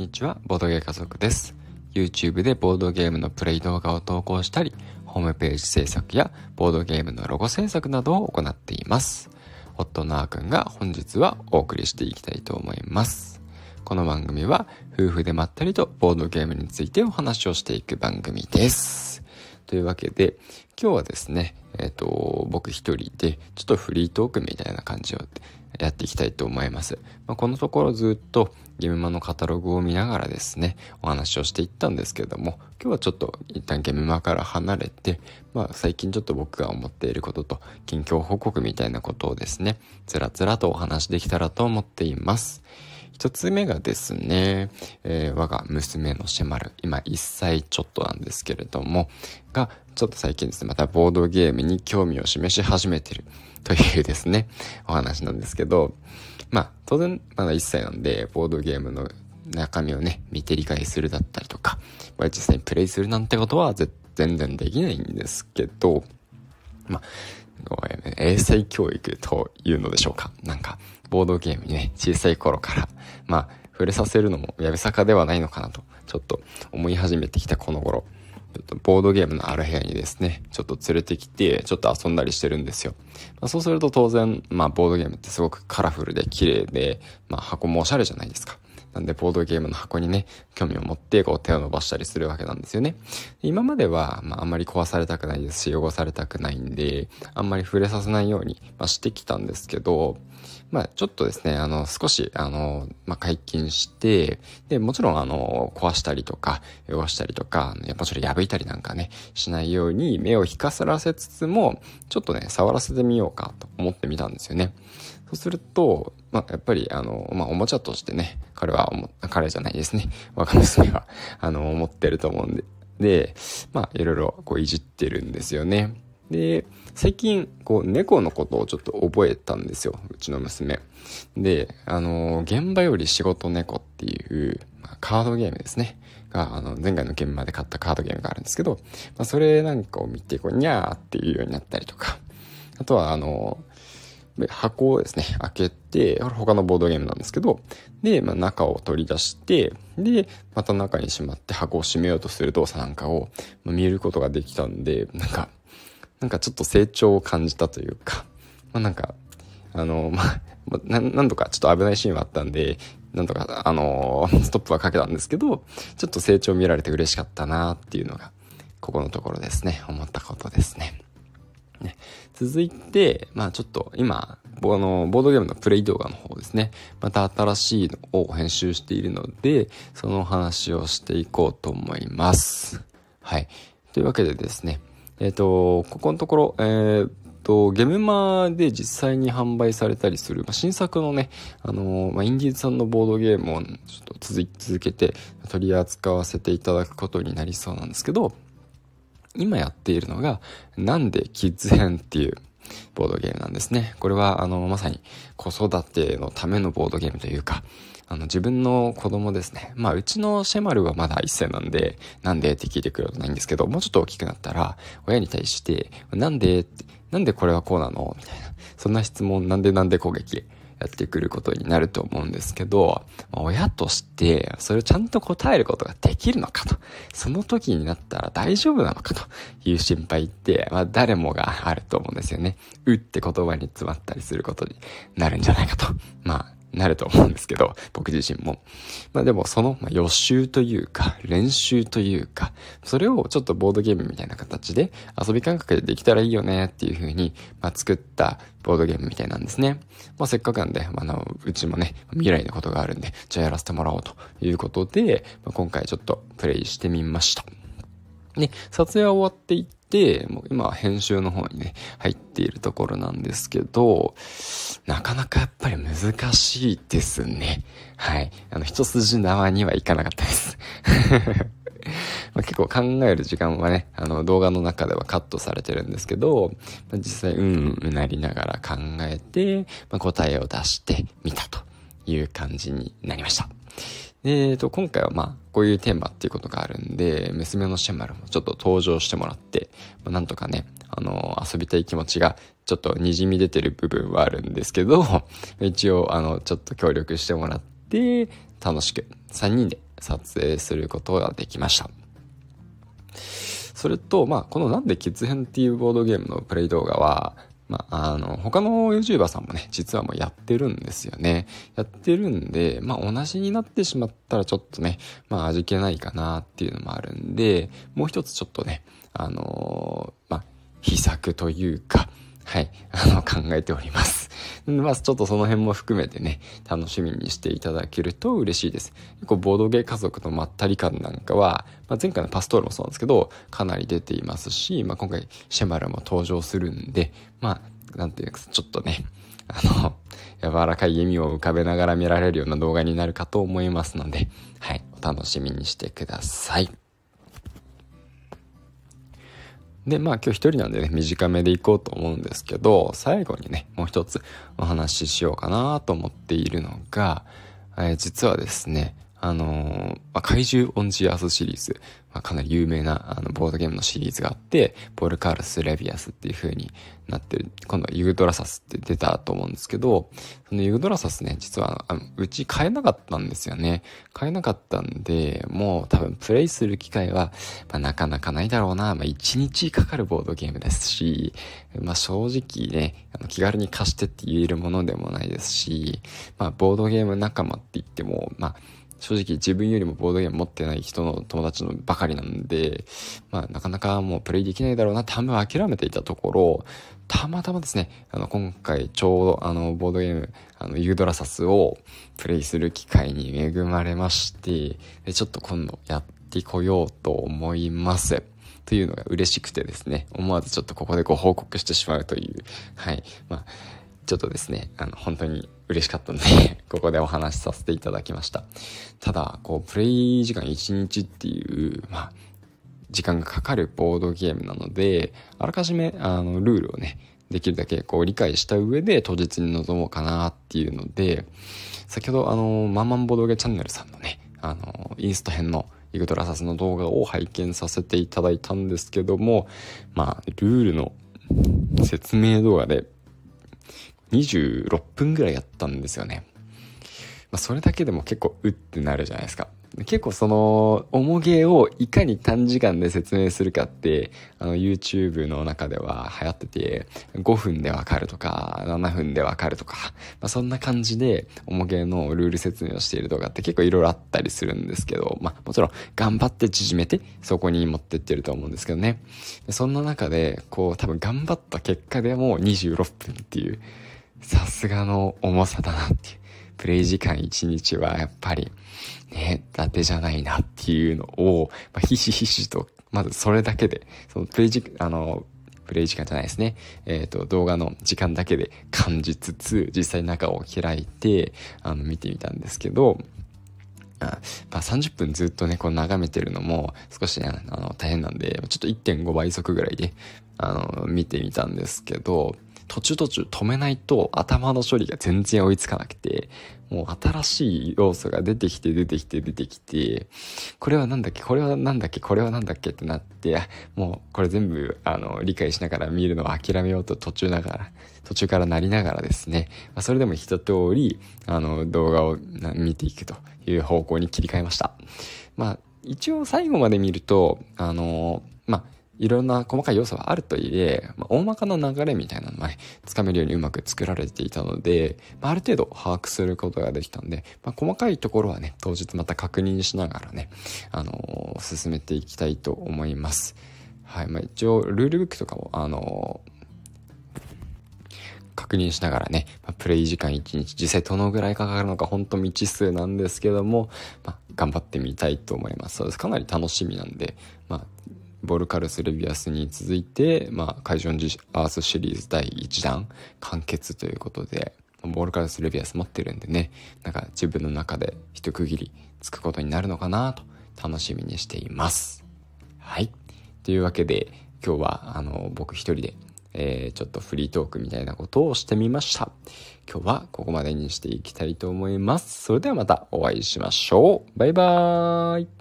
にちは、ボードゲー家族です。 YouTube でボードゲームのプレイ動画を投稿したり、ホームページ制作やボードゲームのロゴ制作などを行っています。夫のあーくんが本日はお送りしていきたいと思います。この番組は夫婦でまったりとボードゲームについてお話をしていく番組です。というわけで今日はですね、僕一人でちょっとフリートークみたいな感じをやっていきたいと思います。このところずっとゲームマのカタログを見ながらですね、お話をしていったんですけれども、今日はちょっと一旦ゲームマから離れて、最近ちょっと僕が思っていることと近況報告みたいなことをですね、つらつらとお話できたらと思っています。一つ目がですね、我が娘のシェマル、今1歳ちょっとなんですけれども、がちょっと最近ですね、またボードゲームに興味を示し始めているというですね、お話なんですけど、当然まだ1歳なんでボードゲームの中身をね見て理解するだったりとか、実際にプレイするなんてことは全然できないんですけど、英才教育というのでしょうか。ボードゲームにね小さい頃から触れさせるのもやぶさかではないのかなとちょっと思い始めてきたこの頃、ちょっとボードゲームのある部屋にですねちょっと連れてきてちょっと遊んだりしてるんですよ。そうすると当然ボードゲームってすごくカラフルで綺麗で、箱もおしゃれじゃないですか。なんでボードゲームの箱にね興味を持って手を伸ばしたりするわけなんですよね。今まではあんまり壊されたくないですし汚されたくないんであんまり触れさせないようにしてきたんですけど、ちょっとですね少し解禁して、でもちろん壊したりとか汚したりとかもちろん破いたりなんかねしないように目を光らせつつもちょっとね触らせてみようかと思ってみたんですよね。そうするとやっぱりおもちゃとしてね彼じゃないですね、我が娘は思ってると思うんで、いろいろいじってるんですよね。で最近猫のことをちょっと覚えたんですよ、うちの娘で。現場より仕事猫っていうカードゲームですねが前回の現場で買ったカードゲームがあるんですけど、それなんかを見てニャーっていうようになったりとか、あとは箱をですね開けて、他のボードゲームなんですけど、で、中を取り出して、でまた中にしまって箱を閉めようとする動作なんかを見ることができたんで、なんかちょっと成長を感じたというか、何度かちょっと危ないシーンはあったんで、何度かストップはかけたんですけど、ちょっと成長見られて嬉しかったなっていうのがここのところですね、思ったことですね。続いてちょっと今ボードゲームのプレイ動画の方ですね、また新しいのを編集しているので、その話をしていこうと思います。はい。というわけでですね、ここのところゲムマで実際に販売されたりする、新作のねインディーズさんのボードゲームをちょっと続けて取り扱わせていただくことになりそうなんですけど、今やっているのがなんでキッズ編っていうボードゲームなんですね。これはまさに子育てのためのボードゲームというか、自分の子供ですね、うちのシェマルはまだ1歳なんでなんでって聞いてくることないんですけど、もうちょっと大きくなったら親に対してなんでこれはこうなのみたいな、そんな質問、なんで攻撃やってくることになると思うんですけど、親としてそれをちゃんと答えることができるのかと、その時になったら大丈夫なのかという心配って、誰もがあると思うんですよね。って言葉に詰まったりすることになるんじゃないかとなると思うんですけど、僕自身もでもその予習というか練習というか、それをちょっとボードゲームみたいな形で遊び感覚でできたらいいよねっていう風に作ったボードゲームみたいなんですね。せっかくなんでうちもね未来のことがあるんで、じゃあやらせてもらおうということで、今回ちょっとプレイしてみました。で撮影は終わっていってもう今は編集の方にね入っているところなんですけど、なかなかやっぱり難しいですね。はい。一筋縄にはいかなかったです結構考える時間はね動画の中ではカットされてるんですけど、実際なりながら考えて、答えを出してみたという感じになりました。今回はこういうテーマっていうことがあるんで、娘のシェマルもちょっと登場してもらって、なんとかね遊びたい気持ちがちょっと滲み出てる部分はあるんですけど、一応ちょっと協力してもらって楽しく3人で撮影することができました。それと、このなんでキッズ編っていうボードゲームのプレイ動画は、他の YouTuber さんもね、実はもうやってるんですよね。やってるんで、同じになってしまったらちょっとね、味気ないかなっていうのもあるんで、もう一つちょっとね、秘策というか、はい、考えております。ちょっとその辺も含めてね、楽しみにしていただけると嬉しいです。結構ボードゲー家族のまったり感なんかは、前回のパストールもそうなんですけど、かなり出ていますし、今回シェマルも登場するんで、なんていうか、ちょっとね、柔らかい笑みを浮かべながら見られるような動画になるかと思いますので、はい、お楽しみにしてください。で、今日一人なんでね、短めでいこうと思うんですけど、最後にね、もう一つお話ししようかなと思っているのが、実はですね、怪獣オンジアースシリーズ、かなり有名なボードゲームのシリーズがあって、ポルカールス・レビアスっていう風になってる、今度はユグドラサスって出たと思うんですけど、そのユグドラサスね、実はうち買えなかったんですよね。買えなかったんで、もう多分プレイする機会は、なかなかないだろうな。1日かかるボードゲームですし、正直ね、気軽に貸してって言えるものでもないですし、ボードゲーム仲間って言っても、正直自分よりもボードゲーム持ってない人の友達のばかりなんで、なかなかもうプレイできないだろうなって半分諦めていたところ、たまたまですね、今回ちょうどボードゲーム、ユードラサスをプレイする機会に恵まれまして、でちょっと今度やってこようと思います。というのが嬉しくてですね、思わずちょっとここでご報告してしまうという、はい、ちょっとですね、本当に嬉しかったんでここでお話しさせていただきました。ただ、プレイ時間1日っていう、時間がかかるボードゲームなので、あらかじめ、ルールをね、できるだけ理解した上で当日に臨もうかなっていうので、先ほどマンマンボードゲーチャンネルさんのね、インスト編のユグドラサスの動画を拝見させていただいたんですけども、ルールの説明動画で26分ぐらいやったんですよね。それだけでも結構うってなるじゃないですか。結構その重ゲーをいかに短時間で説明するかってYouTube の中では流行ってて、5分でわかるとか7分でわかるとか、そんな感じで重ゲーのルール説明をしている動画って結構いろいろあったりするんですけど、もちろん頑張って縮めてそこに持ってってると思うんですけどね。そんな中で多分頑張った結果でも26分っていう、さすがの重さだなっていう。プレイ時間1日はやっぱりね、伊達じゃないなっていうのを、ひしひしと、まずそれだけで、そのプレイ時間じゃないですね。動画の時間だけで感じつつ、実際中を開いて、見てみたんですけど、30分ずっとね、眺めてるのも少しね、大変なんで、ちょっと 1.5 倍速ぐらいで、見てみたんですけど、途中止めないと頭の処理が全然追いつかなくて、もう新しい要素が出てきて、これはなんだっけってなって、もうこれ全部理解しながら見るのを諦めようと途中からなりながらですね、それでも一通り動画を見ていくという方向に切り替えました。一応最後まで見るといろんな細かい要素はあるとはいえ、大まかな流れみたいなのがね、つかめるようにうまく作られていたので、ある程度把握することができたんで、細かいところはね、当日また確認しながらね、進めていきたいと思います。はい。一応、ルールブックとかも、確認しながらね、プレイ時間1日、実際どのぐらいかかるのか本当未知数なんですけども、頑張ってみたいと思います。そうです。かなり楽しみなんで、ボルカルス・レビアスに続いて、怪獣アースシリーズ第1弾完結ということで、ボルカルス・レビアス持ってるんでね、自分の中で一区切りつくことになるのかなと楽しみにしています。はい。というわけで、今日は僕一人で、ちょっとフリートークみたいなことをしてみました。今日はここまでにしていきたいと思います。それではまたお会いしましょう。バイバーイ。